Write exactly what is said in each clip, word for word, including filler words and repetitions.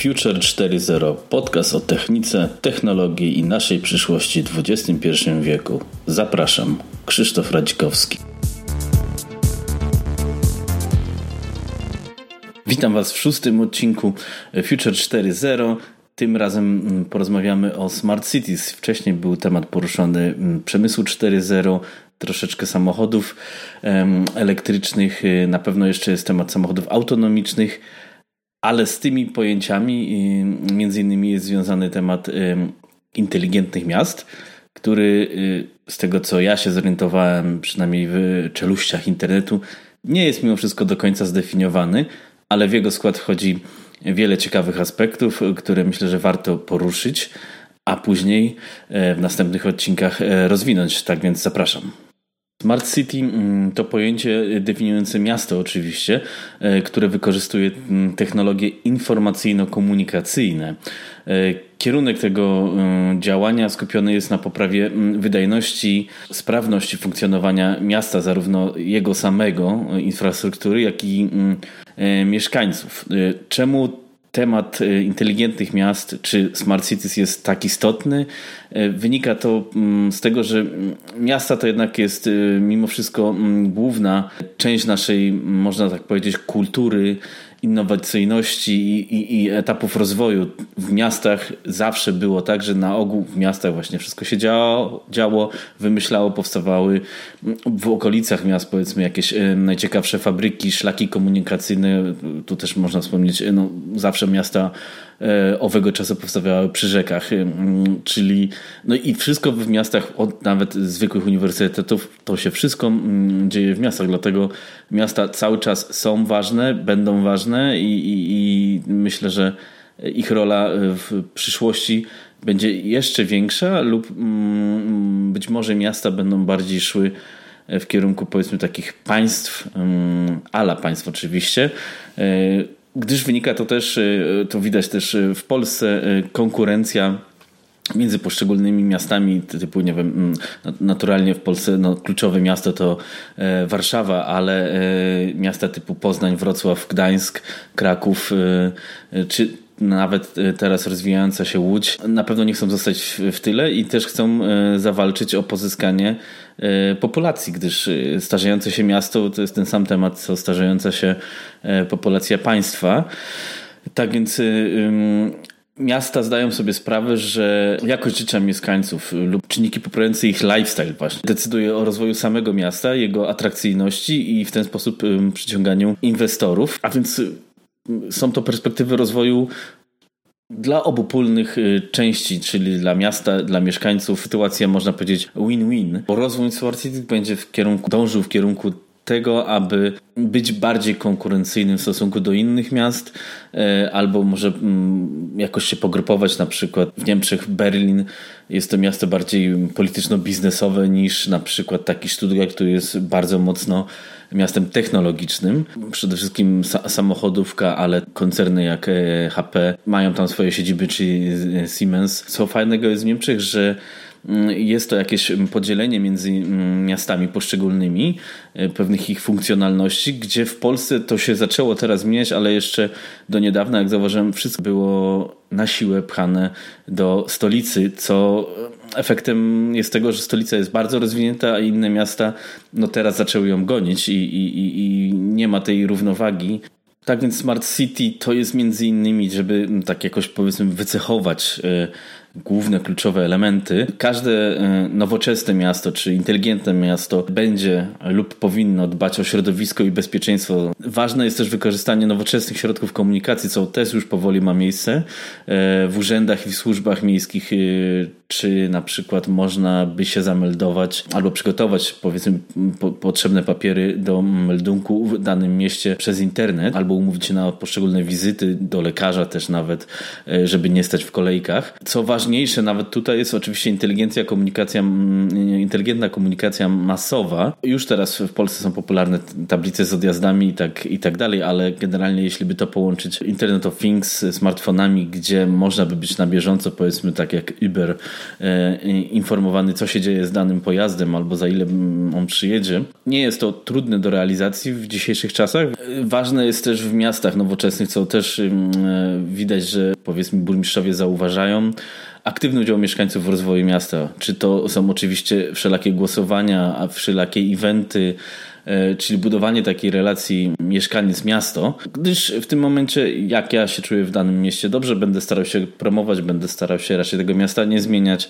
Future cztery zero. Podcast o technice, technologii i naszej przyszłości w dwudziestym pierwszym wieku. Zapraszam, Krzysztof Radzikowski. Witam Was w szóstym odcinku Future cztery zero. Tym razem porozmawiamy o Smart Cities. Wcześniej był temat poruszony przemysłu cztery zero, troszeczkę samochodów elektrycznych, na pewno jeszcze jest temat samochodów autonomicznych, ale z tymi pojęciami między innymi jest związany temat inteligentnych miast, który z tego co ja się zorientowałem, przynajmniej w czeluściach internetu, nie jest mimo wszystko do końca zdefiniowany, ale w jego skład wchodzi wiele ciekawych aspektów, które myślę, że warto poruszyć, a później w następnych odcinkach rozwinąć. Tak więc zapraszam. Smart City to pojęcie definiujące miasto oczywiście, które wykorzystuje technologie informacyjno-komunikacyjne. Kierunek tego działania skupiony jest na poprawie wydajności, sprawności funkcjonowania miasta, zarówno jego samego, infrastruktury, jak i mieszkańców. Czemu temat inteligentnych miast czy Smart Cities jest tak istotny? Wynika to z tego, że miasta to jednak jest mimo wszystko główna część naszej, można tak powiedzieć, kultury, innowacyjności i, i, i etapów rozwoju. W miastach zawsze było tak, że na ogół w miastach właśnie wszystko się działo, działo wymyślało, powstawały w okolicach miast powiedzmy jakieś najciekawsze fabryki, szlaki komunikacyjne. Tu też można wspomnieć, no, zawsze miasta owego czasu powstawały przy rzekach, czyli no i wszystko w miastach, od nawet zwykłych uniwersytetów, to się wszystko dzieje w miastach, dlatego miasta cały czas są ważne, będą ważne i, i, i myślę, że ich rola w przyszłości będzie jeszcze większa lub być może miasta będą bardziej szły w kierunku powiedzmy takich państw, a la państw oczywiście, gdyż wynika to też, to widać też w Polsce, konkurencja między poszczególnymi miastami, typu nie wiem, naturalnie w Polsce no, kluczowe miasto to Warszawa, ale miasta typu Poznań, Wrocław, Gdańsk, Kraków, czy nawet teraz rozwijająca się Łódź na pewno nie chcą zostać w tyle i też chcą zawalczyć o pozyskanie populacji, gdyż starzejące się miasto to jest ten sam temat, co starzejąca się populacja państwa. Tak więc miasta zdają sobie sprawę, że jakość życia mieszkańców lub czynniki poprawiające ich lifestyle właśnie decyduje o rozwoju samego miasta, jego atrakcyjności i w ten sposób przyciąganiu inwestorów. A więc są to perspektywy rozwoju dla obopólnych części, czyli dla miasta, dla mieszkańców. Sytuacja można powiedzieć win-win, bo rozwój Smart City będzie w kierunku, dążył w kierunku tego, aby być bardziej konkurencyjnym w stosunku do innych miast, albo może jakoś się pogrupować. Na przykład w Niemczech Berlin jest to miasto bardziej polityczno-biznesowe niż na przykład taki Stuttgart, który jest bardzo mocno miastem technologicznym. Przede wszystkim samochodówka, ale koncerny jak H P mają tam swoje siedziby, czyli Siemens. Co fajnego jest w Niemczech, że jest to jakieś podzielenie między miastami poszczególnymi, pewnych ich funkcjonalności, gdzie w Polsce to się zaczęło teraz zmieniać, ale jeszcze do niedawna, jak zauważyłem, wszystko było na siłę pchane do stolicy, co efektem jest tego, że stolica jest bardzo rozwinięta, a inne miasta no teraz zaczęły ją gonić i, i, i nie ma tej równowagi. Tak więc Smart City to jest między innymi, żeby tak jakoś powiedzmy wycechować główne, kluczowe elementy. Każde nowoczesne miasto, czy inteligentne miasto będzie lub powinno dbać o środowisko i bezpieczeństwo. Ważne jest też wykorzystanie nowoczesnych środków komunikacji, co też już powoli ma miejsce w urzędach i w służbach miejskich, czy na przykład można by się zameldować albo przygotować powiedzmy po, potrzebne papiery do meldunku w danym mieście przez internet, albo umówić się na poszczególne wizyty do lekarza też nawet, żeby nie stać w kolejkach. Co ważne, ważniejsze nawet tutaj jest oczywiście inteligencja, komunikacja, inteligentna komunikacja masowa. Już teraz w Polsce są popularne tablice z odjazdami i tak, i tak dalej, ale generalnie jeśli by to połączyć Internet of Things z smartfonami, gdzie można by być na bieżąco, powiedzmy tak jak Uber, e, informowany, co się dzieje z danym pojazdem albo za ile on przyjedzie. Nie jest to trudne do realizacji w dzisiejszych czasach. Ważne jest też w miastach nowoczesnych, co też e, widać, że powiedzmy burmistrzowie zauważają, aktywny udział mieszkańców w rozwoju miasta. Czy to są oczywiście wszelakie głosowania, a wszelakie eventy, czyli budowanie takiej relacji mieszkaniec-miasto, gdyż w tym momencie, jak ja się czuję w danym mieście dobrze, będę starał się promować, będę starał się raczej tego miasta nie zmieniać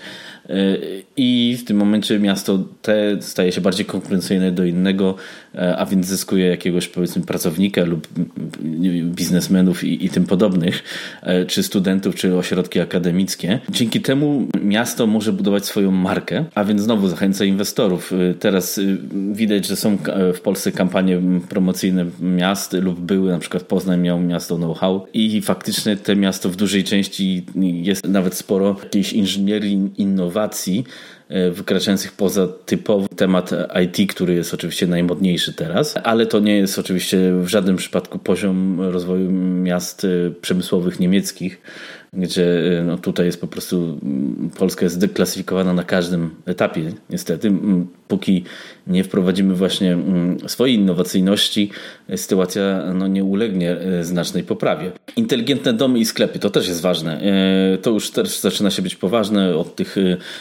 i w tym momencie miasto te staje się bardziej konkurencyjne do innego, a więc zyskuje jakiegoś powiedzmy pracownika lub biznesmenów i, i tym podobnych, czy studentów, czy ośrodki akademickie. Dzięki temu miasto może budować swoją markę, a więc znowu zachęca inwestorów. Teraz widać, że są w Polsce kampanie promocyjne miast lub były, na przykład Poznań miał miasto know-how i faktycznie to miasto w dużej części jest nawet sporo jakiejś inżynierii, innowacji wykraczających poza typowy temat I T, który jest oczywiście najmodniejszy teraz, ale to nie jest oczywiście w żadnym przypadku poziom rozwoju miast przemysłowych niemieckich, gdzie no, tutaj jest po prostu Polska jest deklasyfikowana na każdym etapie niestety. Póki nie wprowadzimy właśnie swojej innowacyjności, sytuacja no, nie ulegnie znacznej poprawie. Inteligentne domy i sklepy, to też jest ważne. To już też zaczyna się być poważne od tych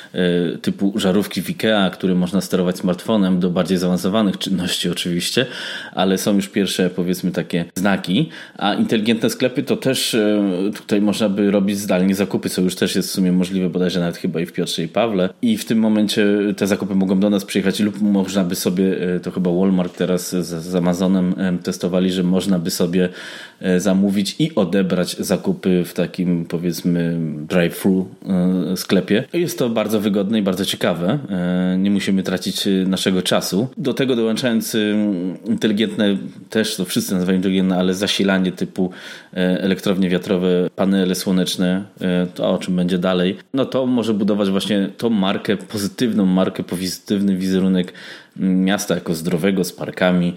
typu żarówki w IKEA, które można sterować smartfonem, do bardziej zaawansowanych czynności oczywiście, ale są już pierwsze powiedzmy takie znaki, a inteligentne sklepy to też tutaj można by robić zdalnie zakupy, co już też jest w sumie możliwe bodajże nawet chyba i w Piotrze i Pawle i w tym momencie te zakupy mogą do nas przyjechać lub można by sobie, to chyba Walmart teraz z, z Amazonem testowali, że można by sobie zamówić i odebrać zakupy w takim powiedzmy drive-thru sklepie. Jest to bardzo wygodne i bardzo ciekawe. Nie musimy tracić naszego czasu. Do tego dołączając inteligentne, też to wszyscy nazywają inteligentne, ale zasilanie typu elektrownie wiatrowe, panele słoneczne, to o czym będzie dalej, no to może budować właśnie tą markę, pozytywną markę, pozytywny wizerunek miasta jako zdrowego, z parkami,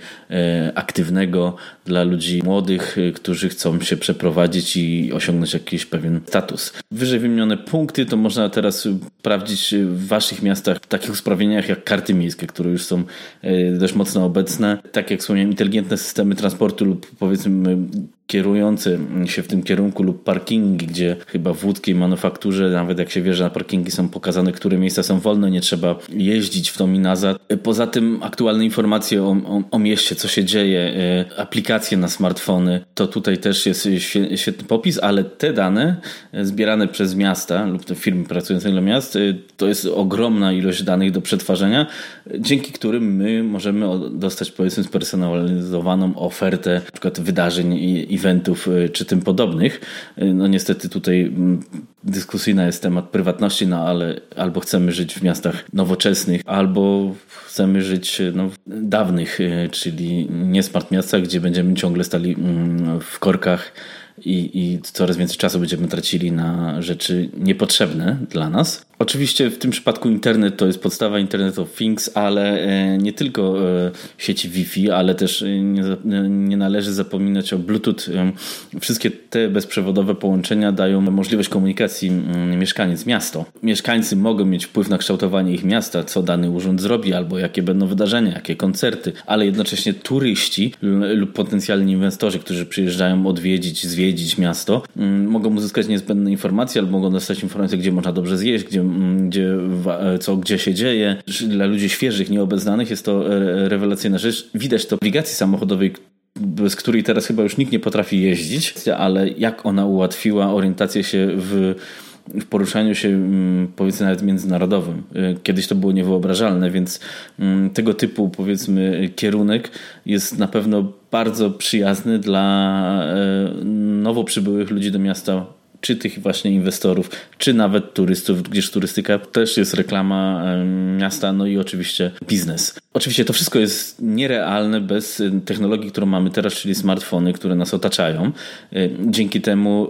aktywnego dla ludzi młodych, którzy chcą się przeprowadzić i osiągnąć jakiś pewien status. Wyżej wymienione punkty to można teraz sprawdzić w waszych miastach w takich usprawnieniach jak karty miejskie, które już są dość mocno obecne. Tak jak wspomniałem, inteligentne systemy transportu lub powiedzmy kierujące się w tym kierunku lub parkingi, gdzie chyba w łódzkiej manufakturze, nawet jak się wie, że na parkingi są pokazane, które miejsca są wolne, nie trzeba jeździć w tą i nazad. Poza tym aktualne informacje o, o, o mieście, co się dzieje, aplikacje na smartfony, to tutaj też jest świetny popis, ale te dane zbierane przez miasta lub te firmy pracujące dla miast, to jest ogromna ilość danych do przetwarzania, dzięki którym my możemy dostać powiedzmy spersonalizowaną ofertę na przykład wydarzeń i eventów czy tym podobnych. No niestety tutaj dyskusyjny jest temat prywatności, no ale albo chcemy żyć w miastach nowoczesnych, albo chcemy żyć no, w dawnych, czyli nie smart miastach, gdzie będziemy ciągle stali w korkach i, i coraz więcej czasu będziemy tracili na rzeczy niepotrzebne dla nas. Oczywiście w tym przypadku internet to jest podstawa Internet of Things, ale nie tylko sieci Wi-Fi, ale też nie, nie należy zapominać o Bluetooth. Wszystkie te bezprzewodowe połączenia dają możliwość komunikacji mieszkaniec-miasto. Mieszkańcy mogą mieć wpływ na kształtowanie ich miasta, co dany urząd zrobi, albo jakie będą wydarzenia, jakie koncerty, ale jednocześnie turyści lub potencjalni inwestorzy, którzy przyjeżdżają odwiedzić, zwiedzić miasto, mogą uzyskać niezbędne informacje, albo mogą dostać informacje, gdzie można dobrze zjeść, gdzie Gdzie, co gdzie się dzieje. Dla ludzi świeżych, nieobeznanych jest to rewelacyjna rzecz. Widać to w nawigacji samochodowej, bez której teraz chyba już nikt nie potrafi jeździć, ale jak ona ułatwiła orientację się w w poruszaniu się powiedzmy nawet międzynarodowym. Kiedyś to było niewyobrażalne, więc tego typu powiedzmy kierunek jest na pewno bardzo przyjazny dla nowo przybyłych ludzi do miasta czy tych właśnie inwestorów, czy nawet turystów, gdyż turystyka też jest reklama miasta, no i oczywiście biznes. Oczywiście to wszystko jest nierealne bez technologii, którą mamy teraz, czyli smartfony, które nas otaczają. Dzięki temu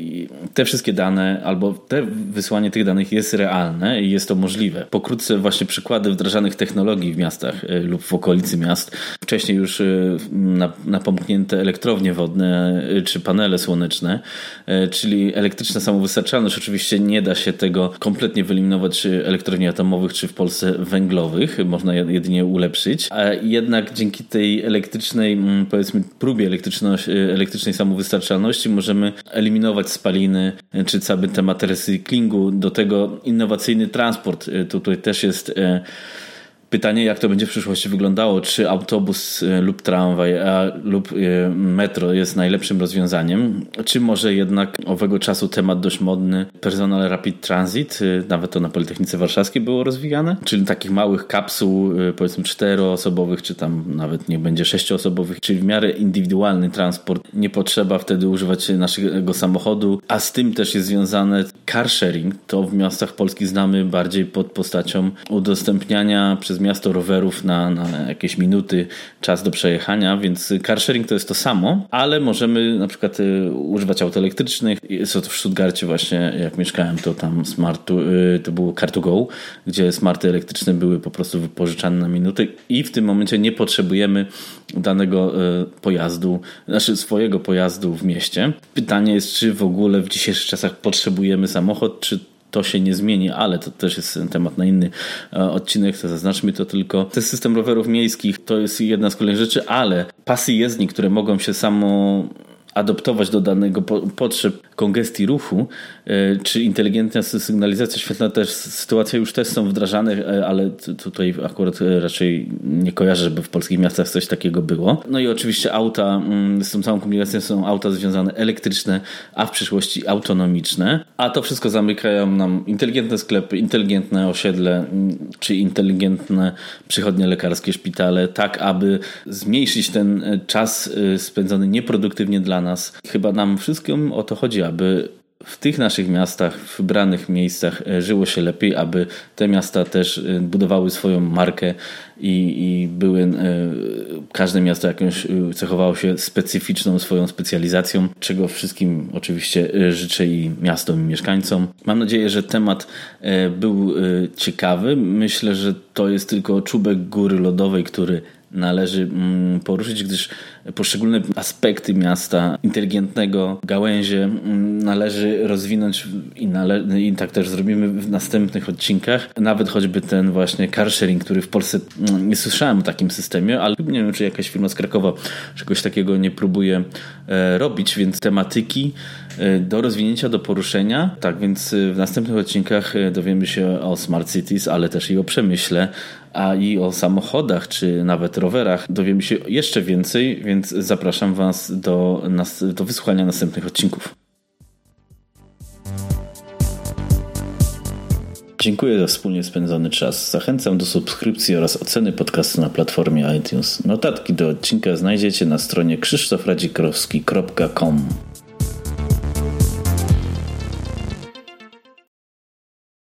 te wszystkie dane albo te wysłanie tych danych jest realne i jest to możliwe. Pokrótce właśnie przykłady wdrażanych technologii w miastach lub w okolicy miast. Wcześniej już napomknięte elektrownie wodne czy panele słoneczne, czyli elektryczna samowystarczalność. Oczywiście nie da się tego kompletnie wyeliminować elektrowni atomowych czy w Polsce węglowych. Można jedynie ulepszyć. A jednak dzięki tej elektrycznej, powiedzmy próbie elektrycznej samowystarczalności możemy eliminować spaliny czy cały temat recyklingu. Do tego innowacyjny transport. Tutaj też jest pytanie, jak to będzie w przyszłości wyglądało, czy autobus lub tramwaj a, lub metro jest najlepszym rozwiązaniem, czy może jednak owego czasu temat dość modny Personal Rapid Transit, nawet to na Politechnice Warszawskiej było rozwijane, czyli takich małych kapsuł, powiedzmy czteroosobowych, czy tam nawet nie będzie sześcioosobowych, czyli w miarę indywidualny transport. Nie potrzeba wtedy używać naszego samochodu, a z tym też jest związane car sharing. To w miastach polskich znamy bardziej pod postacią udostępniania przez miasto rowerów na, na jakieś minuty, czas do przejechania, więc car sharing to jest to samo, ale możemy na przykład y, używać aut elektrycznych. Jest to w Stuttgarcie właśnie, jak mieszkałem, to tam smartu, y, to było car to go, gdzie smarty elektryczne były po prostu wypożyczane na minuty i w tym momencie nie potrzebujemy danego y, pojazdu, znaczy swojego pojazdu w mieście. Pytanie jest, czy w ogóle w dzisiejszych czasach potrzebujemy samochód, czy to się nie zmieni, ale to też jest temat na inny odcinek, to zaznaczmy to tylko. Ten system rowerów miejskich to jest jedna z kolejnych rzeczy, ale pasy jezdni, które mogą się samo adoptować do danego po- potrzeb kongestii ruchu, yy, czy inteligentna sygnalizacja świetlna, też sytuacje już też są wdrażane, yy, ale t- tutaj akurat yy, raczej nie kojarzę, żeby w polskich miastach coś takiego było. No i oczywiście auta, yy, z tą całą komunikacją są auta związane elektryczne, a w przyszłości autonomiczne, a to wszystko zamykają nam inteligentne sklepy, inteligentne osiedle, yy, czy inteligentne przychodnie lekarskie, szpitale, tak aby zmniejszyć ten czas yy, spędzony nieproduktywnie dla nas. Chyba nam wszystkim o to chodzi, aby w tych naszych miastach, w wybranych miejscach żyło się lepiej, aby te miasta też budowały swoją markę i, i były, każde miasto jakąś cechowało się specyficzną swoją specjalizacją, czego wszystkim oczywiście życzę i miastom, i mieszkańcom. Mam nadzieję, że temat był ciekawy. Myślę, że to jest tylko czubek góry lodowej, który należy poruszyć, gdyż poszczególne aspekty miasta, inteligentnego gałęzie należy rozwinąć i, nale- i tak też zrobimy w następnych odcinkach. Nawet choćby ten właśnie car sharing, który w Polsce nie słyszałem o takim systemie, ale nie wiem, czy jakaś firma z Krakowa czegoś takiego nie próbuje e, robić, więc tematyki e, do rozwinięcia, do poruszenia. Tak, więc w następnych odcinkach dowiemy się o Smart Cities, ale też i o przemyśle, a i o samochodach, czy nawet rowerach dowiemy się jeszcze więcej, więc zapraszam Was do, do wysłuchania następnych odcinków. Dziękuję za wspólnie spędzony czas. Zachęcam do subskrypcji oraz oceny podcastu na platformie iTunes. Notatki do odcinka znajdziecie na stronie krzysztof radzikrowski kropka com.